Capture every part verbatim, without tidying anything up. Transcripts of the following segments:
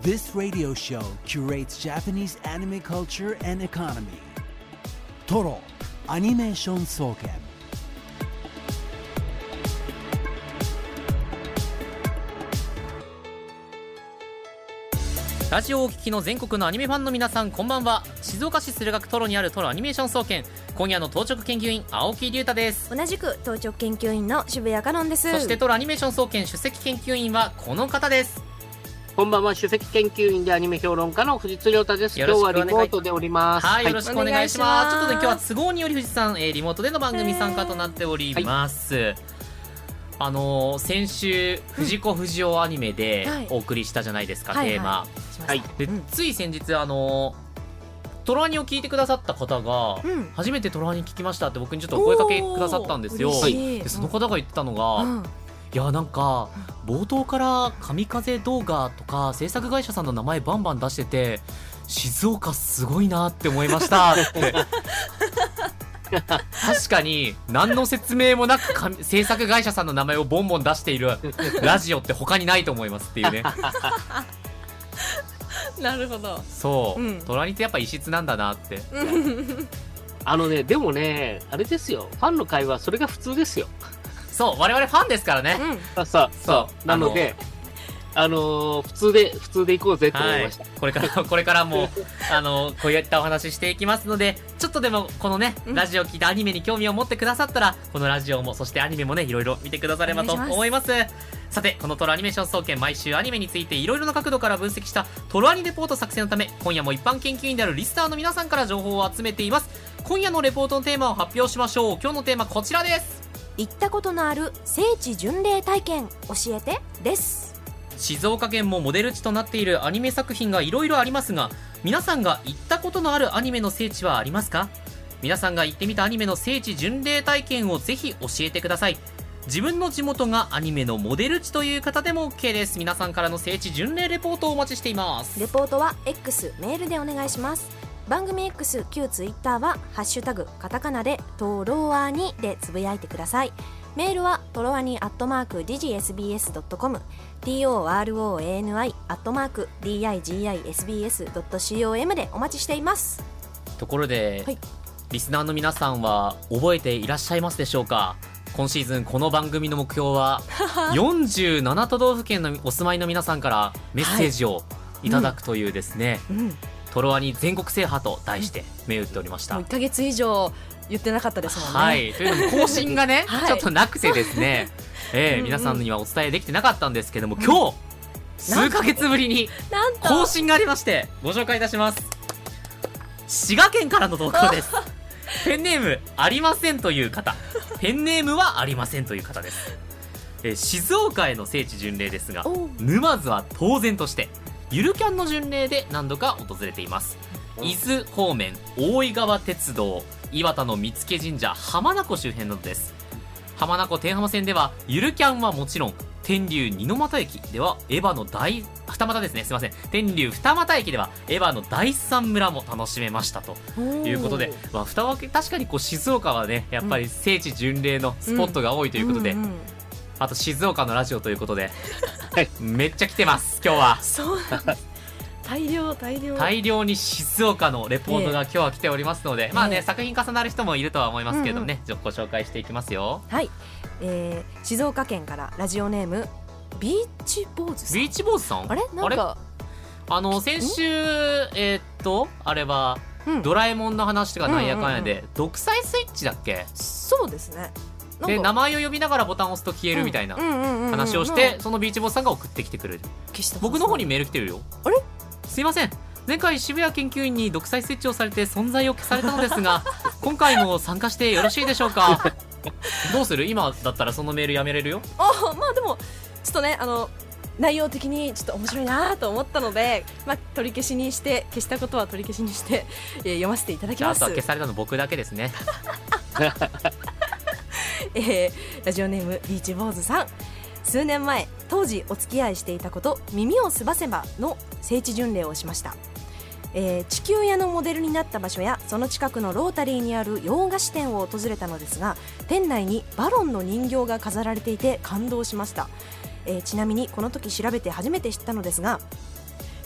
This radio show curates Japanese anime culture and economy. Toro Animation Souken。 ラジオをお聞きの全国のアニメファンの皆さん、こんばんは。静岡市駿河区トロにあるトロアニメーション総研、今夜の当直研究員青木隆太です。 同じく当直研究員の渋谷香音です。 そしてトロアニメーション総研首席研究員はこの方です。 こんばんは、首席研究員でアニメ評論家の藤津亮太です。今日はリモートでおります。 はい、よろしくお願いします。ちょっとね、今日は都合により藤津さん、えー、リモートでの番組参加となっております。はい、あのー、先週藤子不二雄アニメでお送りしたじゃないですか、うん、テーマ、はいはい、で、うん、つい先日あのー、トロアニを聞いてくださった方が、うん、初めてトロアニ聞きましたって僕にちょっとお声かけくださったんですよ。でその方が言ってたのが、うん、いやなんか冒頭から神風動画とか制作会社さんの名前バンバン出してて、静岡すごいなって思いましたって確かに何の説明もなく制作会社さんの名前をボンボン出しているラジオって他にないと思いますっていうねなるほど。 そう、うん、トラニってやっぱ異質なんだなってあのね、でもね、あれですよ、ファンの会話それが普通ですよ。 そう、我々ファンですからね、 うん、そうそうそうなので、あのー、普通で普通で行こうぜと思いました、 はい、これからこれからもあのー、こういったお話ししていきますので、ちょっとでもこのね、ラジオ聞いてアニメに興味を持ってくださったら、このラジオもそしてアニメもね、いろいろ見てくださればと思います。さて、このトロアニメーション総研、毎週アニメについていろいろな角度から分析したトロアニレポート作成のため、今夜も一般研究員であるリスナーの皆さんから情報を集めています。今夜のレポートのテーマを発表しましょう。今日のテーマこちらです。 行ったことのある聖地巡礼体験教えてです。 静岡県もモデル地となっているアニメ作品がいろいろありますが、皆さんが行ったことのあるアニメの聖地はありますか？皆さんが行ってみたアニメの聖地巡礼体験をぜひ教えてください。自分の地元がアニメのモデル地という方でも OK です。皆さんからの聖地巡礼レポートをお待ちしています。 レポートは X メールでお願いします。番組 X 旧 Twitter はハッシュタグカタカナでトロアニでつぶやいてください。メールはトロアニアットマーク ディジエスビーエスドットコム トロアニ アットマーク ディーアイジーアイエスビーエスドットコム でお待ちしています。 ところで、はい、リスナーの皆さんは覚えていらっしゃいますでしょうか？今シーズンこの番組の目標はよんじゅうなな都道府県のお住まいの皆さんからメッセージをいただくというですね、はい、うんうん、トロアニ全国制覇と題して銘打っておりました。 もういっかげつ以上言ってなかったですもんね。 はい、というのも更新がね、はい、ちょっとなくてですね、えーうんうん、皆さんにはお伝えできてなかったんですけども、今日数ヶ月ぶりに更新がありましてご紹介いたします。滋賀県からの投稿ですペンネームありませんという方、ペンネームはありませんという方です。えー、静岡への聖地巡礼ですが、沼津は当然としてゆるキャンの巡礼で何度か訪れています。伊豆方面、大井川鉄道、岩田の見附神社、浜名湖周辺などです。浜名湖天浜線ではゆるキャンはもちろん、天竜二の俣駅ではエヴァの大二俣ですね、すいません、天竜二俣駅ではエヴァの第三村も楽しめましたということで、まあ、二脇確かにこう静岡はね、やっぱり聖地巡礼のスポットが多いということで、うんうんうん、あと静岡のラジオということでめっちゃ来てます今日は。 そうなんです。大量大量大量に静岡のレポートが今日は来ておりますので、えーまあね、作品重なる人もいるとは思いますけれどもね、うんうん、ご紹介していきますよ。 はい、えー、静岡県からラジオネームビーチ坊主さん。 ビーチ坊主さん、 あれなんかあの先週えー、っとあれは、うん、ドラえもんの話とかなんやかんやで、うんうんうん、独裁スイッチだっけ？ そうですね。 で名前を呼びながらボタンを押すと消えるみたいな話をして、そのビーチ坊主さんが送ってきてくれる。僕の方にメール来てるよ。 あれ、 すいません、前回渋谷研究員に独裁スイッチをされて存在を消されたのですが今回も参加してよろしいでしょうかどうする？今だったらそのメールやめれるよ。 あ、まあでもちょっとね、あの内容的にちょっと面白いなと思ったので、まあ、取り消しにして消したことは取り消しにして、えー、読ませていただきます。 あとは消されたの僕だけですねえー、ラジオネームビーチ坊主さん、数年前当時お付き合いしていたこと耳をすばせばの聖地巡礼をしました。えー、地球屋のモデルになった場所やその近くのロータリーにある洋菓子店を訪れたのですが、店内にバロンの人形が飾られていて感動しました。えー、ちなみにこの時調べて初めて知ったのですが、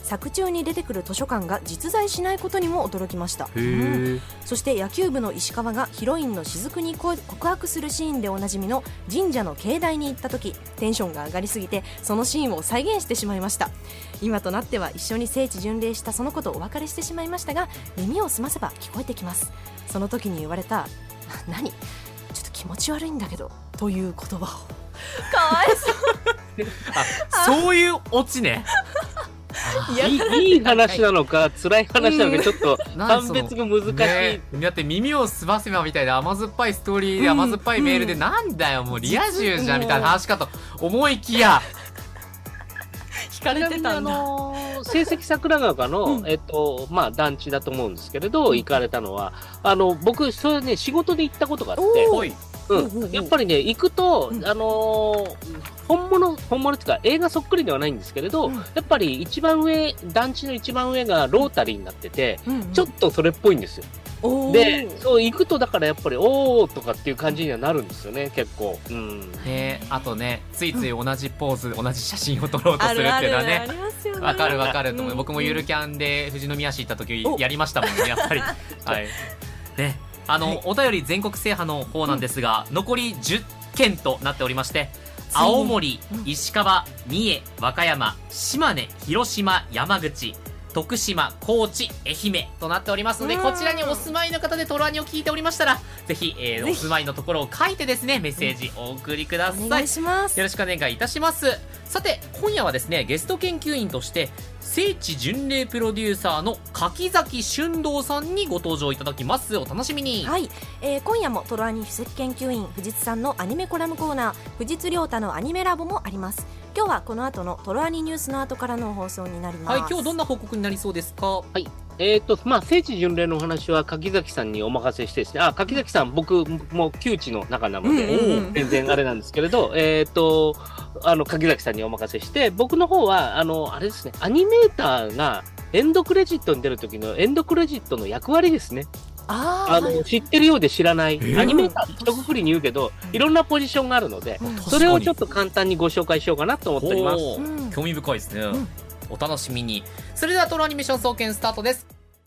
作中に出てくる図書館が実在しないことにも驚きました。 へー、うん、 そして野球部の石川がヒロインの雫に告白するシーンでおなじみの神社の境内に行った時、テンションが上がりすぎてそのシーンを再現してしまいました。今となっては一緒に聖地巡礼したその子とお別れしてしまいましたが、耳を澄ませば聞こえてきます。その時に言われた何ちょっと気持ち悪いんだけどという言葉を。かわいそうあ、そういうオチね。 いい、いい話なのか辛い話なのかちょっと判別が難しい、ね、 だって耳をすばせばみたいな甘酸っぱいストーリーで甘酸っぱいメールで、うん、なんだよもうリア充じゃんみたいな話かと思いきや惹かれてたんだ。 あのー、成績桜川の、うん、えっとまあ、団地だと思うんですけれど、うん、行かれたのはあの僕それね仕事で行ったことがあって、うん、やっぱりね行くと、うん、あのー、本物本物っていうか映画そっくりではないんですけれど、うん、やっぱり一番上団地の一番上がロータリーになってて、うんうん、ちょっとそれっぽいんですよ。でそう行くとだからやっぱりおーとかっていう感じにはなるんですよね結構、うん、 ね、あとねついつい同じポーズ、うん、同じ写真を撮ろうとするっていうのはねわかるわかると思う、うん、僕もゆるキャンで富士宮市行った時やりましたもんねやっぱりはいね、あの、はい、お便り全国制覇の方なんですが、うん、残りじゅっけんとなっておりまして、青森、石川、三重、和歌山、島根、広島、山口、徳島、高知、愛媛となっておりますので、こちらにお住まいの方でトロワニを聞いておりましたらぜひ、えー、お住まいのところを書いてですねメッセージお送りください。 お願いします。 よろしくお願いいたします。さて今夜はですねゲスト研究員として聖地巡礼プロデューサーの柿崎俊道さんにご登場いただきます。お楽しみに。 はい、えー、今夜もトロワニ首席研究員藤津さんのアニメコラムコーナー藤津亮太のアニメラボもあります。今日はこの後のトロワニニュースの後からの放送になります。 はい、今日どんな報告になりそうですか。 はい、えーとまあ、聖地巡礼のお話は柿崎さんにお任せしてですね、あ柿崎さん僕も旧知の中なので、うんうん、全然あれなんですけれど、えーとあの柿崎さんにお任せして、僕の方はあのあれですね、アニメーターがエンドクレジットに出る時のエンドクレジットの役割ですね。ああの知ってるようで知らない、えー、アニメーターって一括りに言うけどいろんなポジションがあるので、うん、それをちょっと簡単にご紹介しようかなと思っております。 うん、興味深いですね、うん、お楽しみに。それではトロアニメーション総研スタートです。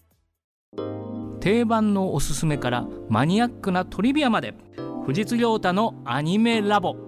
定番のおすすめからマニアックなトリビアまで藤津亮太のアニメラボ。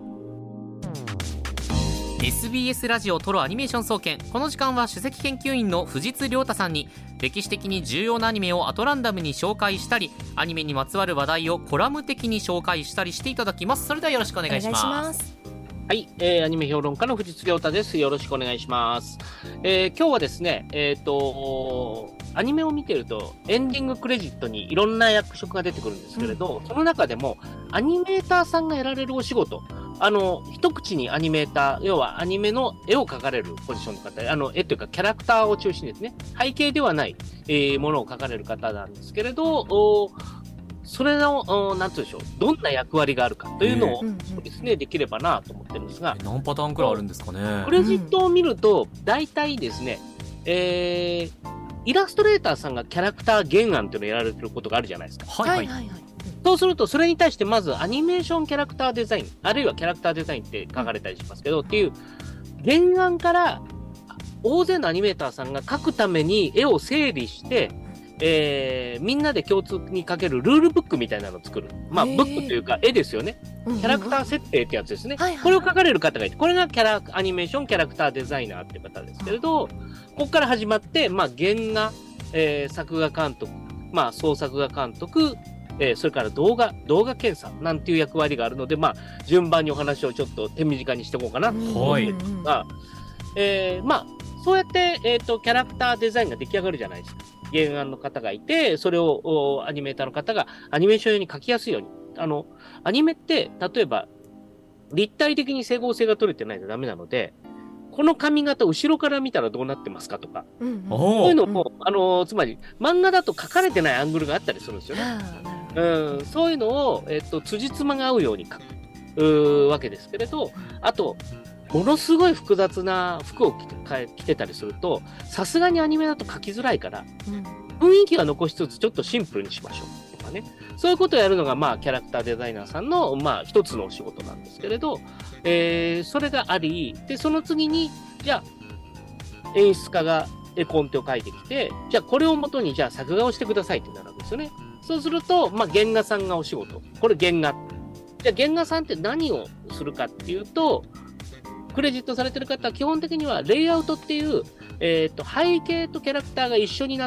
エスビーエス ラジオトロアニメーション総研、この時間は首席研究員の藤津亮太さんに歴史的に重要なアニメをアトランダムに紹介したりアニメにまつわる話題をコラム的に紹介したりしていただきます。それではよろしくお願いします。お願いします。 はい、えー、アニメ評論家の藤津亮太です。よろしくお願いします。えー、今日はですね、えっとアニメを見てるとエンディングクレジットにいろんな役職が出てくるんですけれど、うん、その中でもアニメーターさんがやられるお仕事、あの一口にアニメーター、要はアニメの絵を描かれるポジションの方、あの絵というかキャラクターを中心にですね、背景ではない、えー、ものを描かれる方なんですけれど、それのなんていうんでしょう、どんな役割があるかというのをですね、できればなと思ってるんですが、 何パターンくらいあるんですかね。 クレジットを見ると大体ですね、えーイラストレーターさんがキャラクター原案というのをやられてることがあるじゃないですか。 はいはいはい。 そうするとそれに対してまずアニメーションキャラクターデザイン、あるいはキャラクターデザインって書かれたりしますけど、っていう原案から大勢のアニメーターさんが描くために絵を整理して、えー、みんなで共通に書けるルールブックみたいなのを作る。まあブックというか絵ですよね。キャラクター設定ってやつですね。これを書かれる方がいて、これがキャラアニメーションキャラクターデザイナーっていう方ですけれど、ここから始まって、まあ、原画、えー、作画監督、まあ、創作画監督、えー、それから動画、動画検査なんていう役割があるので、まあ、順番にお話をちょっと手短にしておこうかなと思ってるんですが、えー、まあ、そうやって、えっと、キャラクターデザインが出来上がるじゃないですか。原案の方がいて、それをアニメーターの方がアニメーション用に描きやすいように。あの、アニメって、例えば、立体的に整合性が取れてないとダメなので、この髪型後ろから見たらどうなってますかとか、うん、そういうのも、うん、あのつまり漫画だと書かれてないアングルがあったりするんですよね。うん、そういうのを、えっと、辻褄が合うように書くわけですけれど、あとものすごい複雑な服を着て、着てたりするとさすがにアニメだと書きづらいから、うん、雰囲気は残しつつちょっとシンプルにしましょうとかね、そういうことをやるのが、まあ、キャラクターデザイナーさんの、まあ、一つのお仕事なんですけれど、えー、それがあり、で、その次に、じゃあ、演出家が絵コンテを描いてきて、じゃあこれをもとにじゃあ作画をしてくださいってなるわけですよね。そうすると、まあ、原画さんがお仕事。これ原画。じゃあ原画さんって何をするかっていうと、クレジットされてる方は基本的にはレイアウトっていう、えっと、背景とキャラクターが一緒になった、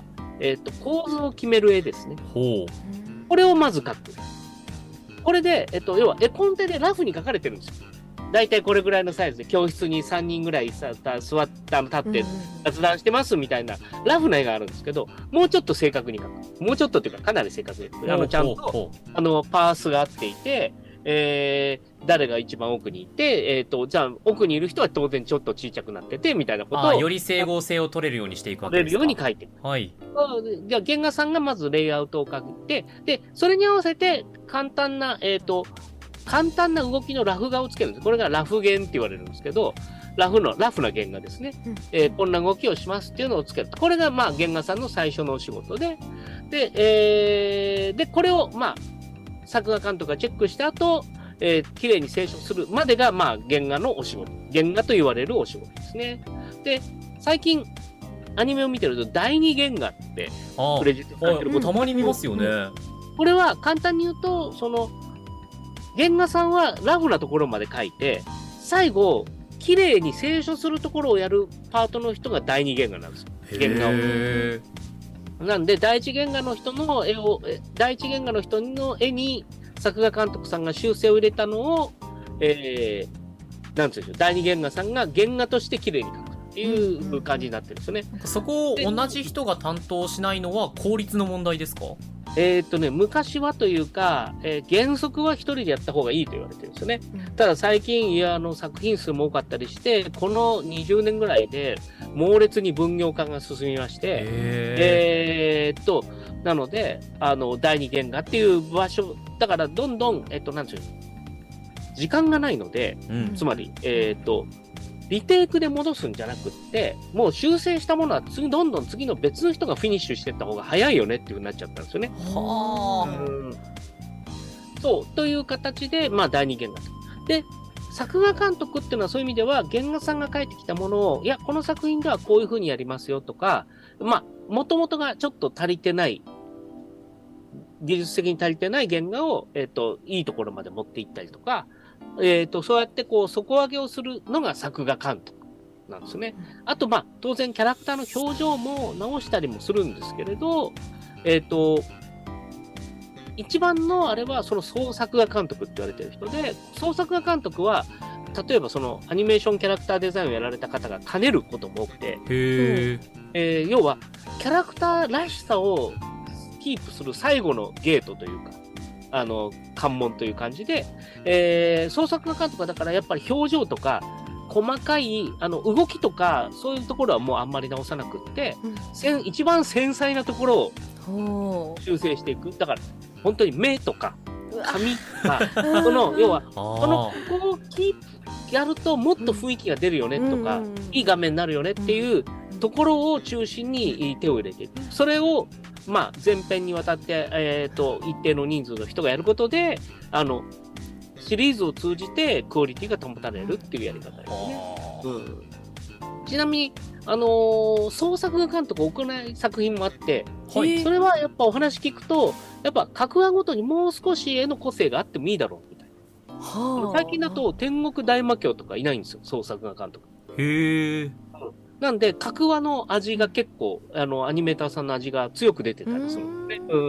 えっと、構図を決める絵ですね。 ほう。 これをまず描く。これで、えっと、要は絵コンテでラフに描かれてるんですよ。だいたいこれぐらいのサイズで教室にさんにんぐらいさ座った立って雑談してますみたいなラフな絵があるんですけど、もうちょっと正確に描く。もうちょっとっていうかかなり正確に。あの、ちゃんと、あの、パースが合っていて、えー、誰が一番奥にいて、えっと、じゃあ奥にいる人は当然ちょっと小さくなってて、みたいなことを。 より整合性を取れるようにしていくわけですか。 取れるように描いていく。 はい。 じゃあ原画さんがまずレイアウトを描いて、で、それに合わせて簡単な、えっと、簡単な動きのラフ画をつけるんです。これがラフ原って言われるんですけど、ラフの、ラフな原画ですね。うん、えー、こんな動きをしますっていうのをつける。これが、まあ、原画さんの最初のお仕事で、で、えー、で、これを、まあ、作画監督がチェックした後、えー、綺麗に清書するまでが、まあ、原画のお仕事。原画と言われるお仕事ですね。で、最近、アニメを見てると、第二原画って、クレジットされてること。 たまに見ますよね。 これは、簡単に言うと、その、原画さんはラフなところまで描いて、最後、綺麗に清書するところをやるパートの人が第二原画なんですよ。原画を。なんで、第一原画の人の絵を、第一原画の人の絵に作画監督さんが修正を入れたのを、えー、なんていうんでしょう、第二原画さんが原画として綺麗に描くっていう感じになってるんですよね。 そこを同じ人が担当しないのは効率の問題ですか？ えーっとね、昔はというか、えー、原則は一人でやった方がいいと言われてるんですよね。うん、ただ最近、いや、あの、作品数も多かったりして、このにじゅうねんぐらいで猛烈に分業化が進みまして、えーっと、なので、あの、第二原画っていう場所、だからどんどん、えっと、なんていうの、時間がないので、うん、つまり、えーっと、リテイクで戻すんじゃなくって、もう修正したものは次、どんどん次の別の人がフィニッシュしていった方が早いよねっていう風になっちゃったんですよね。はあ。うん。そう、という形で、まあ、第二原画と。で、作画監督っていうのはそういう意味では、原画さんが描いてきたものを、いや、この作品ではこういう風にやりますよとか、まあ、もともとがちょっと足りてない、技術的に足りてない原画を、えっと、いいところまで持っていったりとか、えっと、そうやってこう、底上げをするのが作画監督なんですね。あと、まあ、当然キャラクターの表情も直したりもするんですけれど、えっと、一番のあれはその総作画監督って言われてる人で、総作画監督は、例えばそのアニメーションキャラクターデザインをやられた方が兼ねることも多くて、へえー、要は、キャラクターらしさをキープする最後のゲートというか、あの、関門という感じで、えー、創作画監督はだからやっぱり表情とか、細かい、あの、動きとか、そういうところはもうあんまり直さなくって、うん、せん一番繊細なところを修正していく。だから、本当に目とか、髪とか、その、要は、この、ここをキープやるともっと雰囲気が出るよねとか、うん、いい画面になるよねっていうところを中心に手を入れていく。それを、まあ、前編にわたって、えっと、一定の人数の人がやることで、あの、シリーズを通じてクオリティが保たれるっていうやり方ですね。うん、ちなみに、あのー、創作画監督を行う作品もあって、はい、それはやっぱお話聞くと、やっぱ各話ごとにもう少し絵の個性があってもいいだろうみたいな。はあ、最近だと天国大魔教とかいないんですよ、創作画監督。へー。なんで、各話の味が結構、あの、アニメーターさんの味が強く出てたりするんですね。うん。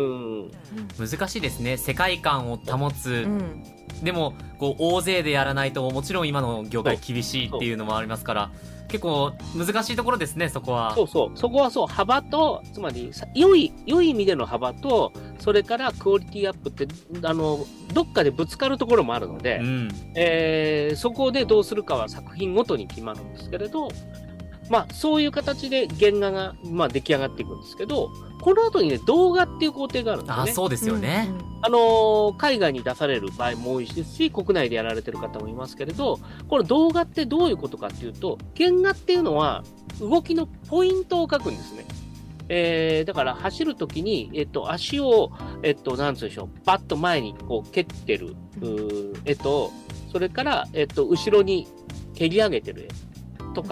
難しいですね。世界観を保つ。うん、でも、こう、大勢でやらないと、もちろん今の業界厳しいっていうのもありますから、結構難しいところですね、そこは。 そうそう。そこはそう、幅と、つまり、良い、良い意味での幅と、それからクオリティアップって、あの、どっかでぶつかるところもあるので、うん、えー、そこでどうするかは作品ごとに決まるんですけれど、まあ、そういう形で原画が、まあ、出来上がっていくんですけど、この後にね、動画っていう工程があるんですよね。 あ、そうですよね。 うん、あのー、海外に出される場合も多いですし、国内でやられてる方もいますけれど、この動画ってどういうことかっていうと、原画っていうのは、動きのポイントを書くんですね。えー、だから走るときに、えっと、足を、えっと、なんつうでしょう、バッと前にこう蹴ってる、うえっと、それから、えっと、後ろに蹴り上げてる絵とか、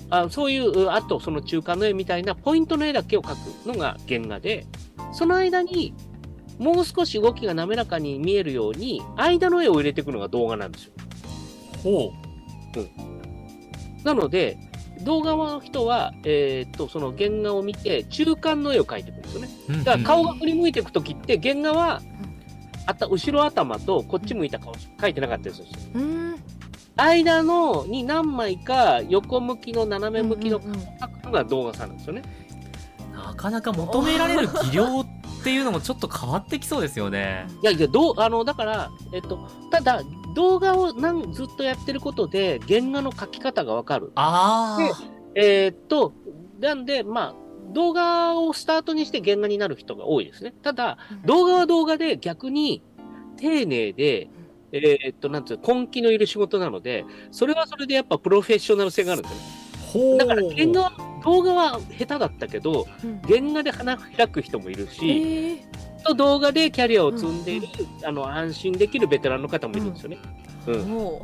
あそういう、あとその中間の絵みたいなポイントの絵だけを描くのが原画で、その間にもう少し動きが滑らかに見えるように、間の絵を入れていくのが動画なんですよ。 ほう。うん。なので、動画の人は、えー、っと、その原画を見て、中間の絵を描いていくんですよね。だから顔が振り向いていくときって、原画は、あた後ろ頭とこっち向いた顔描いてなかったりするんですよ。うん、間のに何枚か横向きの斜め向きの顔を描くのが動画さんなんですよね。 なかなか求められる技量っていうのもちょっと変わってきそうですよね。 いやいや、どう、あの、だから、えっと、ただ、動画をなんずっとやってることで、原画の描き方がわかる。 ああ。 えー、っと、なんで、まあ、動画をスタートにして原画になる人が多いですね。ただ、動画は動画で逆に丁寧で、えー、っと、なんていうの、根気のいる仕事なので、それはそれでやっぱプロフェッショナル性があるんですよね。ほう。だから原画は、動画は下手だったけど、うん、原画で花開く人もいるし、と動画でキャリアを積んでいる、うん、あの安心できるベテランの方もいるんですよね。うんうん、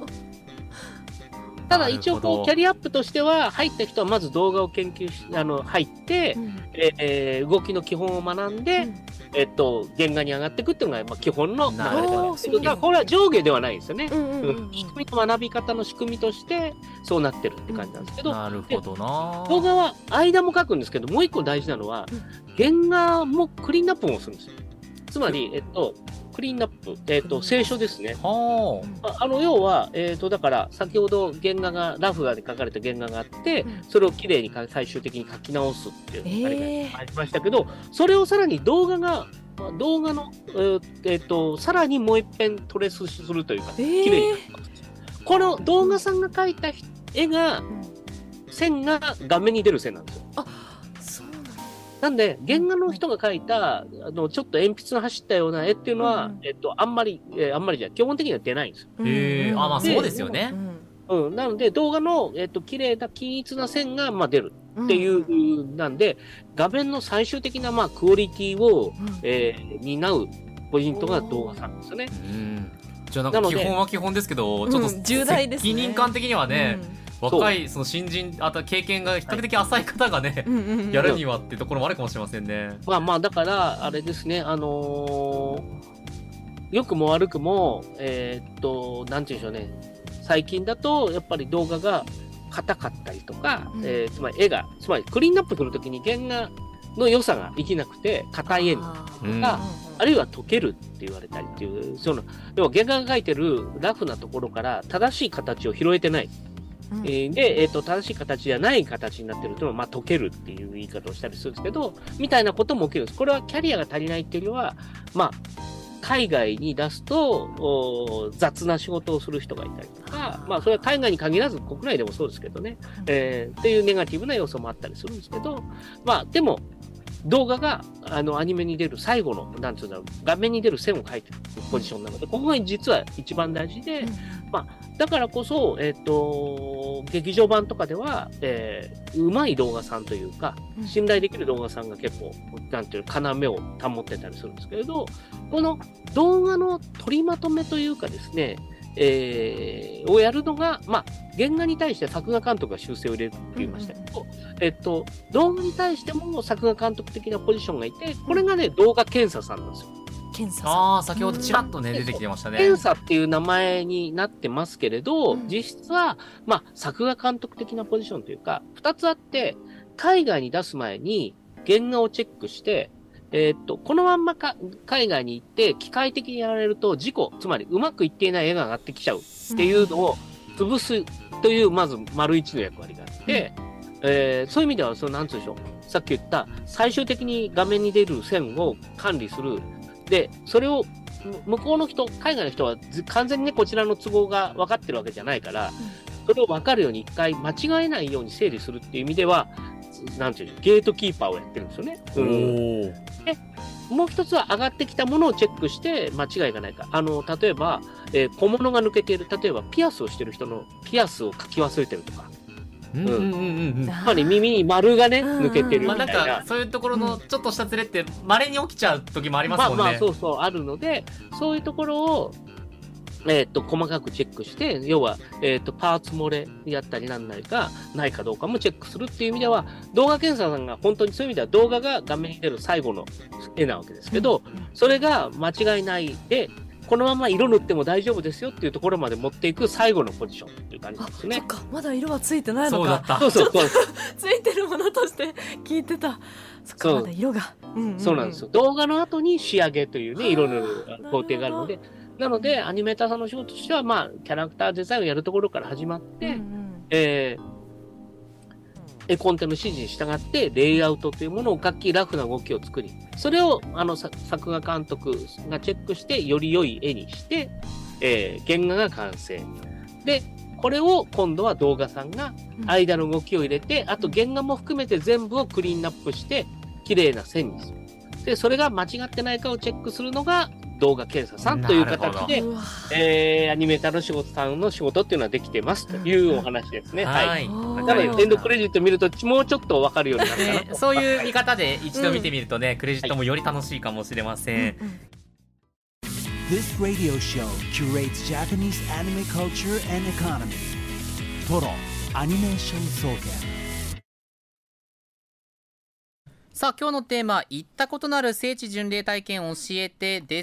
ただ一応こうキャリアアップとしては入った人はまず動画を研究しあの入って、うん、えー、動きの基本を学んで、うん、えっと原画に上がっていくっていうのがまあ基本の流れです。だからこれは上下ではないですよね。仕組みの学び方の仕組みとしてそうなってるって感じなんですけど、 うん、なるほどな。 動画は間も描くんですけど、もう一個大事なのは、うん、原画もクリーンアップもするんですよ。つまり、えっと、クリーンアップ、えっと、清書ですね。はあ。あの、要は、えっと、だから、先ほど原画が、ラフ画で描かれた原画があって、うん、それをきれいに最終的に描き直すっていう、あれがありましたけど、それをさらに動画が、動画の、えーえー、とさらにもう一遍トレースするというか、きれいに。この動画さんが描いた絵が、線が画面に出る線なんですよ。あ、そうなんだ。なんで、原画の人が描いた、あの、ちょっと鉛筆の走ったような絵っていうのは、うん、えっと、あんまり、えー、あんまりじゃ、基本的には出ないんですよ。 へえ、あ、まあそうですよね。 うん。なので、動画の、えっと、綺麗な均一な線が、まあ出る。っていう、うん、なんで、画面の最終的な、まあ、クオリティを、うん、えー、担うポイントが動画さんですよね。うん、 じゃあなんか基本は基本ですけど、ちょっと責任感的にはね、うん、若いその新人、あと経験が比較的浅い方がね、はい、やるにはっていうところもあるかもしれませんね。 まあまあ、だから、あれですね、あのー、良くも悪くも、えー、っと、なんていうんでしょうね、最近だと、やっぱり動画が、硬かったりとか、うん、えー、つまり絵が、つまりクリーンアップするときに原画の良さが生きなくて、硬い絵になるとか、あるいは溶けるって言われたりっていう、その、要は原画が描いてるラフなところから正しい形を拾えてない。うん、えー、で、えっと、正しい形じゃない形になってるというのは、まあ、溶けるっていう言い方をしたりするんですけど、みたいなことも起きるんです。これはキャリアが足りないっていうのは、まあ、海外に出すと雑な仕事をする人がいたりとか、まあそれは海外に限らず国内でもそうですけどね、えー、っていうネガティブな要素もあったりするんですけど、まあでも動画があのアニメに出る最後の、なんつうんだろう、画面に出る線を描いてるポジションなので、ここが実は一番大事で、まあだからこそ、えっと、劇場版とかでは、えー、うまい動画さんというか、信頼できる動画さんが結構、なんていうの、要を保ってたりするんですけれど、この動画の取りまとめというかですね、えー、をやるのが、まあ、原画に対して作画監督が修正を入れるって言いましたけど、えっと、動画に対しても作画監督的なポジションがいて、これがね、動画検査さんなんですよ。 検査ああ、先ほどちらっとね、出てきてましたね。 検査っていう名前になってますけれど、うん、実質は、まあ、作画監督的なポジションというか、二つあって、海外に出す前に原画をチェックして、えー、っと、このまんまか海外に行って機械的にやられると事故、つまりうまくいっていない絵が上がってきちゃうっていうのを潰すという、まず丸一の役割があって、うん、えー、そういう意味では、その、なんつうでしょう。さっき言った、最終的に画面に出る線を管理する。で、それを、向こうの人、海外の人は完全にね、こちらの都合が分かってるわけじゃないから、それを分かるように一回間違えないように整理するっていう意味では、なんていうの、ゲートキーパーをやってるんですよね。うん、で、もう一つは上がってきたものをチェックして間違いがないか。あの、例えば、えー、小物が抜けている。例えば、ピアスをしてる人のピアスを書き忘れてるとか。うんうんうんうん。やっぱり耳に丸がね、抜けてるみたいな。まあなんか、そういうところのちょっとしたズレって、稀に起きちゃう時もありますもんね。 まあまあ、そうそう、あるので、そういうところを、 えー、と細かくチェックして、要は、えー、とパーツ漏れやったりなんなりがないかどうかもチェックするっていう意味では、動画検査さんが本当にそういう意味では動画が画面に出る最後の絵なわけですけど、それが間違いないで、このまま色塗っても大丈夫ですよっていうところまで持っていく最後のポジションっていう感じですね。 そっか、まだ色はついてないのか。 そうだった。 そうそうそうついてるものとして聞いてた。そっか、まだ色が。うんうんうん、 そうなんですよ。動画の後に仕上げというね、色塗る工程があるので、なので、アニメーターさんの仕事としては、まあ、キャラクターデザインをやるところから始まって、うんうん、えー、絵コンテの指示に従って、レイアウトというものを書き、ラフな動きを作り、それを、あの、作画監督がチェックして、より良い絵にして、えー、原画が完成。で、これを今度は動画さんが間の動きを入れて、うん、あと原画も含めて全部をクリーンアップして、綺麗な線にする。で、それが間違ってないかをチェックするのが、動画検査さんという形で、えー、アニメーターの仕事さんの仕事っていうのはできてますというお話ですね。はい。なのでエンドクレジット見るともうちょっと分かるようになったなと、 ね、そういう見方で一度見てみるとね、うん、クレジットもより楽しいかもしれません。はい、 This radio show curates Japanese anime culture and economy. Toro Animation Soken。 さあ今日のテーマ、行ったことのある聖地巡礼体験教えてです。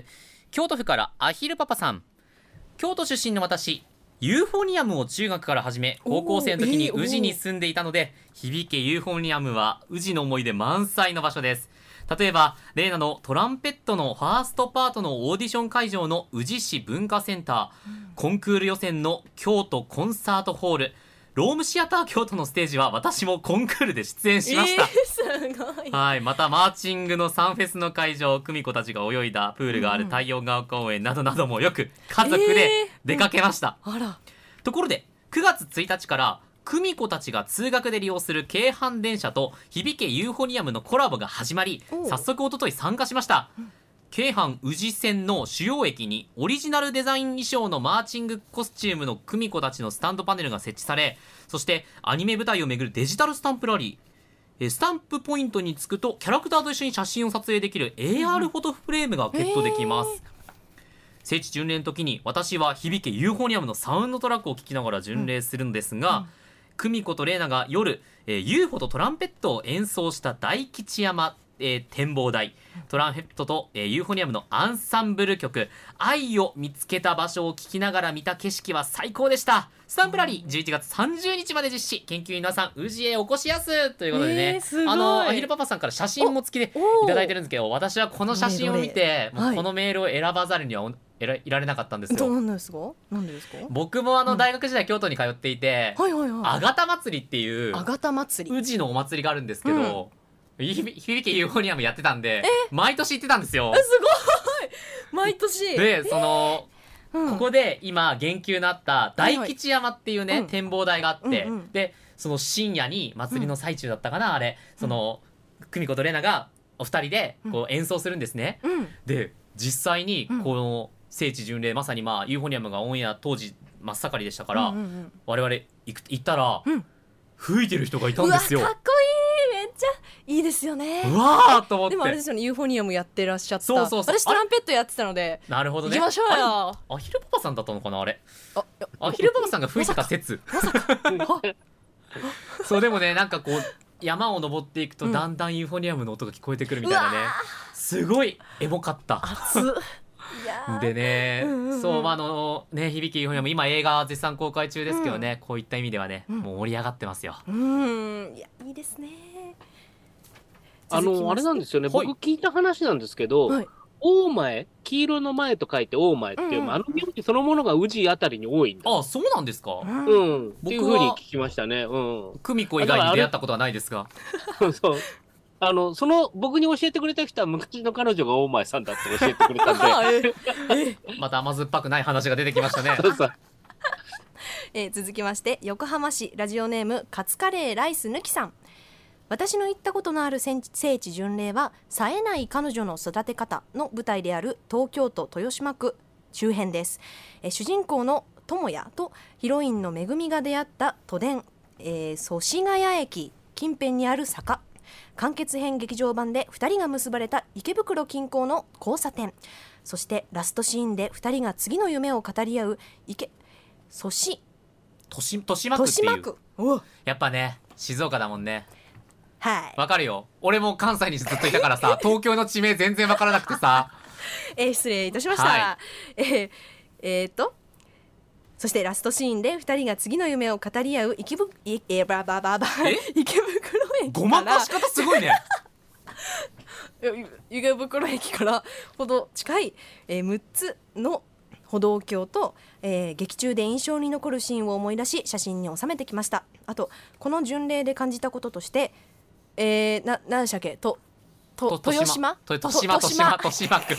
京都府からアヒルパパさん。京都出身の私、ユーフォニアムを中学から始め、高校生の時に宇治に住んでいたので、響けユーフォニアムは宇治の思い出満載の場所です。例えばレイナのトランペットのファーストパートのオーディション会場の宇治市文化センター、うん、コンクール予選の京都コンサートホール、ロームシアター京都のステージは私もコンクールで出演しました。 えー、すごい。 はい、またマーチングのサンフェスの会場、久美子たちが泳いだプールがある太陽川公園などなどもよく家族で出かけました。 えーうん、あら。 ところでくがつついたちから久美子たちが通学で利用する京阪電車と響けユーフォニアムのコラボが始まり、早速おととい参加しました。うん京阪宇治線の主要駅にオリジナルデザイン衣装のマーチングコスチュームの久美子たちのスタンドパネルが設置され、そしてアニメ舞台をめぐるデジタルスタンプラリー、スタンプポイントにつくとキャラクターと一緒に写真を撮影できる エーアール フォトフレームがゲットできます。うんえー、聖地巡礼の時に私は響けユーフォニアムのサウンドトラックを聴きながら巡礼するんですが、うんうん、久美子と玲奈が夜、えー、ユーフォ とトランペットを演奏した大吉山えー、展望台、トランペットと、えー、ユーフォニアムのアンサンブル曲、愛を見つけた場所を聴きながら見た景色は最高でした。スタンプラリーじゅういちがつさんじゅうにちまで実施、研究員の皆さん宇治へお越しやすということでね、えー、あのアヒルパパさんから写真も付きでいただいてるんですけど、私はこの写真を見てもうこのメールを選ばざるにはいられなかったんですよ。 なんですか？なんでですか？ 僕もあの大学時代京都に通っていて、 はいはいはい、 あがた祭りっていうあがた祭り宇治のお祭りがあるんですけど、うん響けユーフォニアムやってたんで毎年行ってたんですよ。 すごい毎年でその、うん、ここで今言及のあった大吉山っていうね、はいはい、展望台があって、うんうん、でその深夜に祭りの最中だったかな、うん、あれその久美子と玲奈がお二人でこう演奏するんですね、うん、で実際にこの聖地巡礼、まさにまあユーフォニアムがオンエア当時真っ盛りでしたから、うんうんうん、我々行く行ったら、うん、吹いてる人がいたんですよ。 うわかっこいい、めっちゃいいですよね。 うわーと思って。 でもあれですよね、ユーフォニアムやってらっしゃった。 そうそうそう、 私トランペットやってたので。 なるほどね。 行きましょうよ。 アヒルパパさんだったのかなあれ。あ、アヒルパパさんが吹いてた説。 まさか。 そうでもね、なんかこう山を登っていくとだんだんユーフォニアムの音が聞こえてくるみたいなね、うん、すごいエモかった。 熱っ。 でね、うんうんうん、そう、まあ、あのね、響けユーフォニアム今映画絶賛公開中ですけどね、うん、こういった意味ではね、うん、もう盛り上がってますよ。 うん、いやいいですね。 あのあれなんですよね、僕聞いた話なんですけど、はい、大前、黄色の前と書いて大前っていう、うんうん、あの名字そのものが宇治あたりに多いんだ。 あ、そうなんですか。 うん、っていうふうに聞きましたね。うん。 久美子以外に出会ったことはないですが。 そうそう。あのその僕に教えてくれた人は昔の彼女が大前さんだって教えてくれたんでまた甘酸っぱくない話が出てきましたね。 そうそうえー、続きまして横浜市ラジオネームカツカレーライス抜きさん。私の行ったことのある聖地巡礼は冴えない彼女の育て方の舞台である東京都豊島区周辺です。えー、主人公の智也とヒロインのめぐみが出会った都電、えー、祖師ヶ谷駅近辺にある坂、完結編劇場版でふたりが結ばれた池袋近郊の交差点、 そしてラストシーンでふたりが次の夢を語り合う池そし豊島区っていう、やっぱね静岡だもんね。 はいわかるよ、俺も関西にずっといたからさ東京の地名全然わからなくてさえー、失礼いたしました、はい、えー、えー、っとそしてラストシーンでふたりが次の夢を語り合う池ぶいえばばばば池袋駅からごまかし方すごいね池袋駅からほど近い、えー、むっつの歩道橋と、えー、劇中で印象に残るシーンを思い出し写真に収めてきました。あとこの巡礼で感じたこととして、えー、な何でしたっけとと豊島豊島豊島豊島区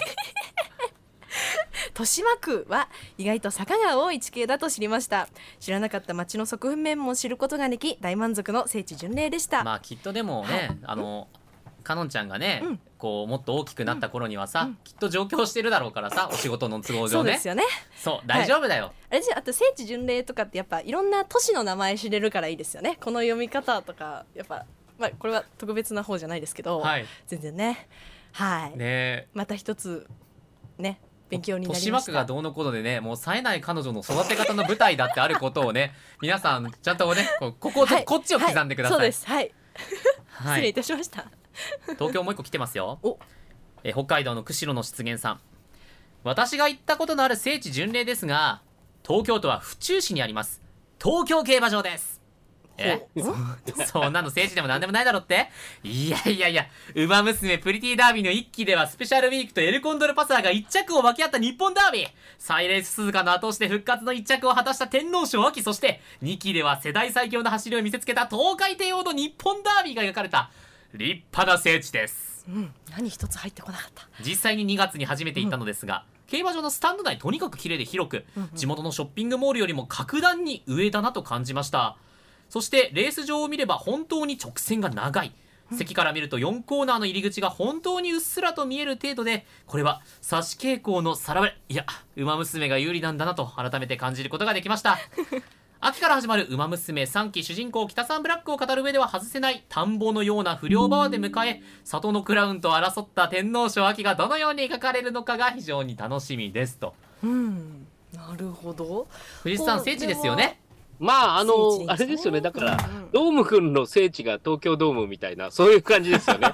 豊島区は意外と坂が多い地形だと知りました。知らなかった街の側面も知ることができ大満足の聖地巡礼でした。 まあきっとでもね、はい、あのかのんちゃんがね、うん、こうもっと大きくなった頃にはさ、うん、きっと上京してるだろうからさお仕事の都合上ね。 そうですよね。 そう大丈夫だよ、はい、 あれじゃあと聖地巡礼とかってやっぱいろんな都市の名前知れるからいいですよね。この読み方とかやっぱ、まあ、これは特別な方じゃないですけど、はい、全然ねはいねまた一つね勉強になりました。 豊島区がどうのことでねもう冴えない彼女の育て方の舞台だってあることをね皆さんちゃんとねこここ、はい、こっちを刻んでください。 はいはい、そうですはい、はい、失礼いたしました。 東京もう一個来てますよ。え北海道の釧路の湿原さん、私が行ったことのある聖地巡礼ですが東京都は府中市にあります東京競馬場です。えそんなの聖地でも何でもないだろって。いやいやいやウマ娘プリティダービーのいっきではスペシャルウィークとエルコンドルパサーがいっ着を分け合った日本ダービー、サイレース鈴鹿の後押しで復活のいっ着を果たした天皇賞秋、そしてにきでは世代最強の走りを見せつけた東海帝王の日本ダービーが描かれた立派な聖地です、 うん、何一つ入ってこなかった。 実際ににがつに初めて行ったのですが、うん、競馬場のスタンド内とにかく綺麗で広く、うんうん、地元のショッピングモールよりも格段に上だなと感じました。そしてレース場を見れば本当に直線が長い、席から見るとよんコーナーの入り口が本当にうっすらと見える程度で、これは差し傾向のさらわれ、いやウマ娘が有利なんだなと改めて感じることができました秋から始まるウマ娘さんき主人公北さんブラックを語る上では外せない田んぼのような不良馬場で迎え、里のクラウンと争った天皇賞秋がどのように描かれるのかが非常に楽しみですと。 うんなるほど。 藤井さん聖地ですよね。 まああのあれですよね、だから、うん、ドームくんの聖地が東京ドームみたいなそういう感じですよね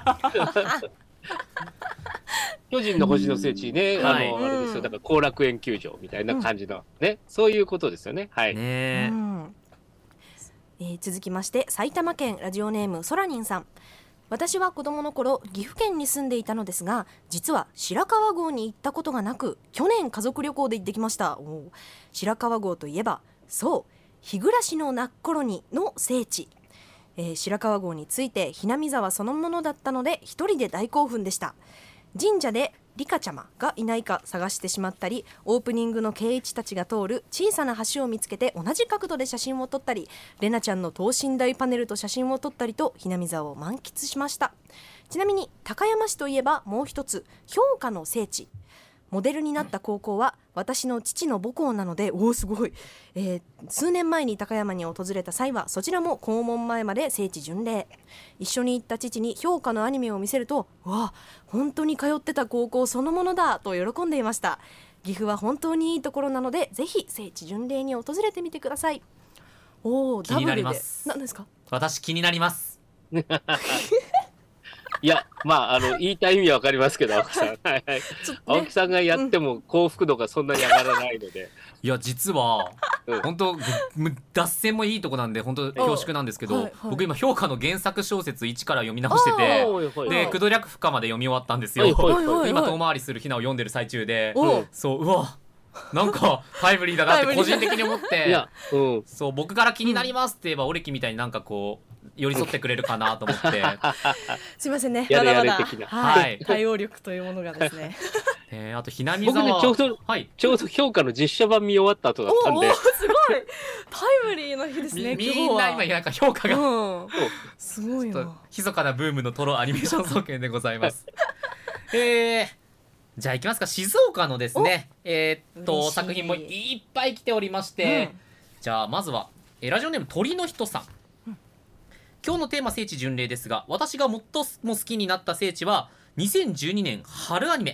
巨人の星の聖地ね、うん、あの、はい、あれですよ、だから後楽園球場みたいな感じの、うん、ねそういうことですよね。はい、ねうん、えー、続きまして埼玉県ラジオネームソラニンさん、私は子供の頃岐阜県に住んでいたのですが実は白川郷に行ったことがなく去年家族旅行で行ってきました。お白川郷といえばそう日暮らしの泣く頃にの聖地、えー、白川郷についてひなみ沢そのものだったので一人で大興奮でした。神社でリカちゃまがいないか探してしまったり、オープニングの圭一たちが通る小さな橋を見つけて同じ角度で写真を撮ったり、レナちゃんの等身大パネルと写真を撮ったりとひなみ沢を満喫しました。ちなみに高山市といえばもう一つ評価の聖地、モデルになった高校は私の父の母校なので、おおすごい、えー、数年前に高山に訪れた際はそちらも校門前まで聖地巡礼。一緒に行った父に評価のアニメを見せると、わあ本当に通ってた高校そのものだと喜んでいました。岐阜は本当にいいところなのでぜひ聖地巡礼に訪れてみてください。おお、 気になります。 何ですか？ 私気になりますいや、まあ、あの、言いたい意味はわかりますけど、青木さん。はいはい。青木さんがやっても幸福度がそんなに上がらないので。 いや、実は、うん、本当脱線もいいとこなんで、本当恐縮なんですけど、はいはい、僕今、評価の原作小説いちから読み直してて、で、九度略不可まで読み終わったんですよ。今、遠回りするひなを読んでる最中で、そう、うわ、なんかタイムリーだなって個人的に思っていや、うん、そう僕から気になりますって言えば、オレキみたいになんかこう寄り添ってくれるかなと思ってすいませんね、 やれやれまだまだ的な、 はい、対応力というものがですねえー、あとひなみ沢、 僕ねちょうど、はい、ちょうど評価の実写版見終わった後だったんで、 おおすごいタイムリーな日ですね。 みみんな今なんか評価が、うん、 すごいな、 密かなブームのトロアニメーション総研でございますえーじゃあ行きますか。静岡のですねえー、っと作品もいっぱい来ておりまして、うん、じゃあまずはえラジオネーム鳥の人さん、うん、今日のテーマ聖地巡礼ですが、私が最も好きになった聖地はにせんじゅうにねん春アニメ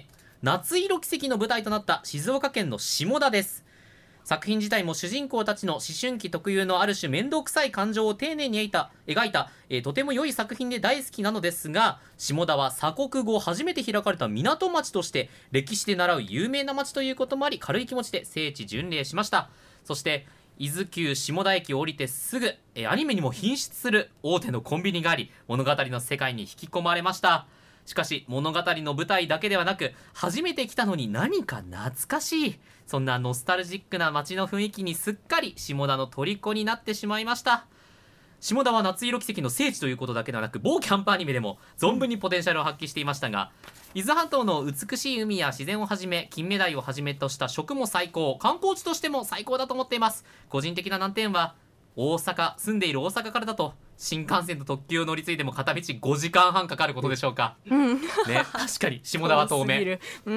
夏色奇跡の舞台となった静岡県の下田です。作品自体も主人公たちの思春期特有のある種面倒くさい感情を丁寧に描いた、描いた、えー、とても良い作品で大好きなのですが、下田は鎖国後初めて開かれた港町として歴史で習う有名な町ということもあり、軽い気持ちで聖地巡礼しました。そして伊豆急下田駅を降りてすぐ、えー、アニメにも品質する大手のコンビニがあり、物語の世界に引き込まれました。しかし物語の舞台だけではなく、初めて来たのに何か懐かしい、そんなノスタルジックな街の雰囲気にすっかり下田の虜になってしまいました。下田は夏色奇跡の聖地ということだけではなく、某キャンプアニメでも存分にポテンシャルを発揮していましたが、伊豆半島の美しい海や自然をはじめ、金目鯛をはじめとした食も最高、観光地としても最高だと思っています。個人的な難点は、大阪、住んでいる大阪からだと新幹線と特急を乗り継いでも片道ごじかんはんかかることでしょうか、うん、ね、確かに下田は遠目、うん、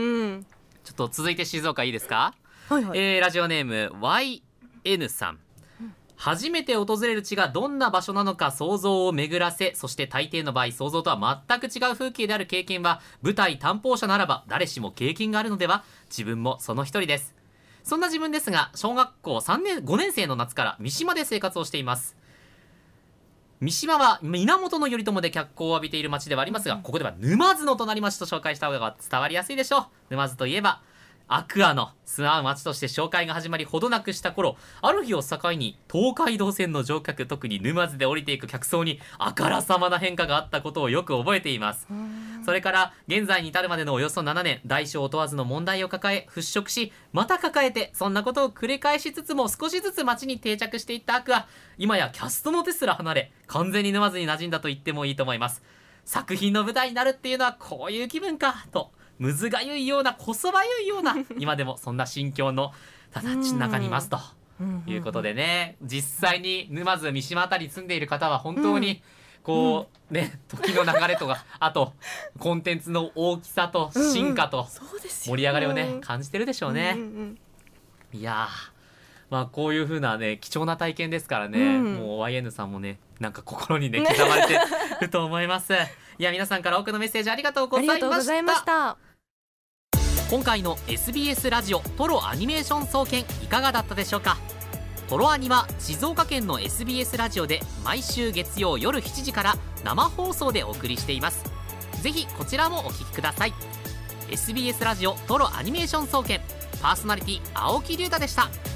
ちょっと続いて静岡いいですか、はいはい、えー、ラジオネーム ワイエヌ さん、初めて訪れる地がどんな場所なのか想像を巡らせ、そして大抵の場合想像とは全く違う風景である経験は、舞台担当者ならば誰しも経験があるのでは。自分もその一人です。そんな自分ですが、小学校さんねんごねん生の夏から三島で生活をしています。三島は源頼朝で脚光を浴びている町ではありますが、ここでは沼津の隣町と紹介した方が伝わりやすいでしょう。沼津といえばアクアの住まう町として紹介が始まり、ほどなくした頃、ある日を境に東海道線の乗客、特に沼津で降りていく客層にあからさまな変化があったことをよく覚えています。それから現在に至るまでのおよそななねん、大小問わずの問題を抱え払拭し、また抱えて、そんなことを繰り返しつつも少しずつ町に定着していったアクア、今やキャストの手すら離れ、完全に沼津に馴染んだと言ってもいいと思います。作品の舞台になるっていうのはこういう気分かと、むずがゆいようなこそばゆいような今でもそんな心境のただちの中にいますということでね、実際に沼津三島あたりに住んでいる方は本当にこうね、時の流れとか、あとコンテンツの大きさと進化と盛り上がりをね感じてるでしょうね。いやー、まあこういう風なね貴重な体験ですからね、うん、もう ワイエヌ さんもねなんか心にね刻まれてると思います。いや、皆さんから多くのメッセージありがとうございました。ありがとうございました。今回の エスビーエス ラジオトロアニメーション総研いかがだったでしょうか。トロアニは静岡県の エスビーエス ラジオで毎週月曜夜しちじから生放送でお送りしています。ぜひこちらもお聞きください。 エスビーエス ラジオトロアニメーション総研、パーソナリティ青木龍太でした。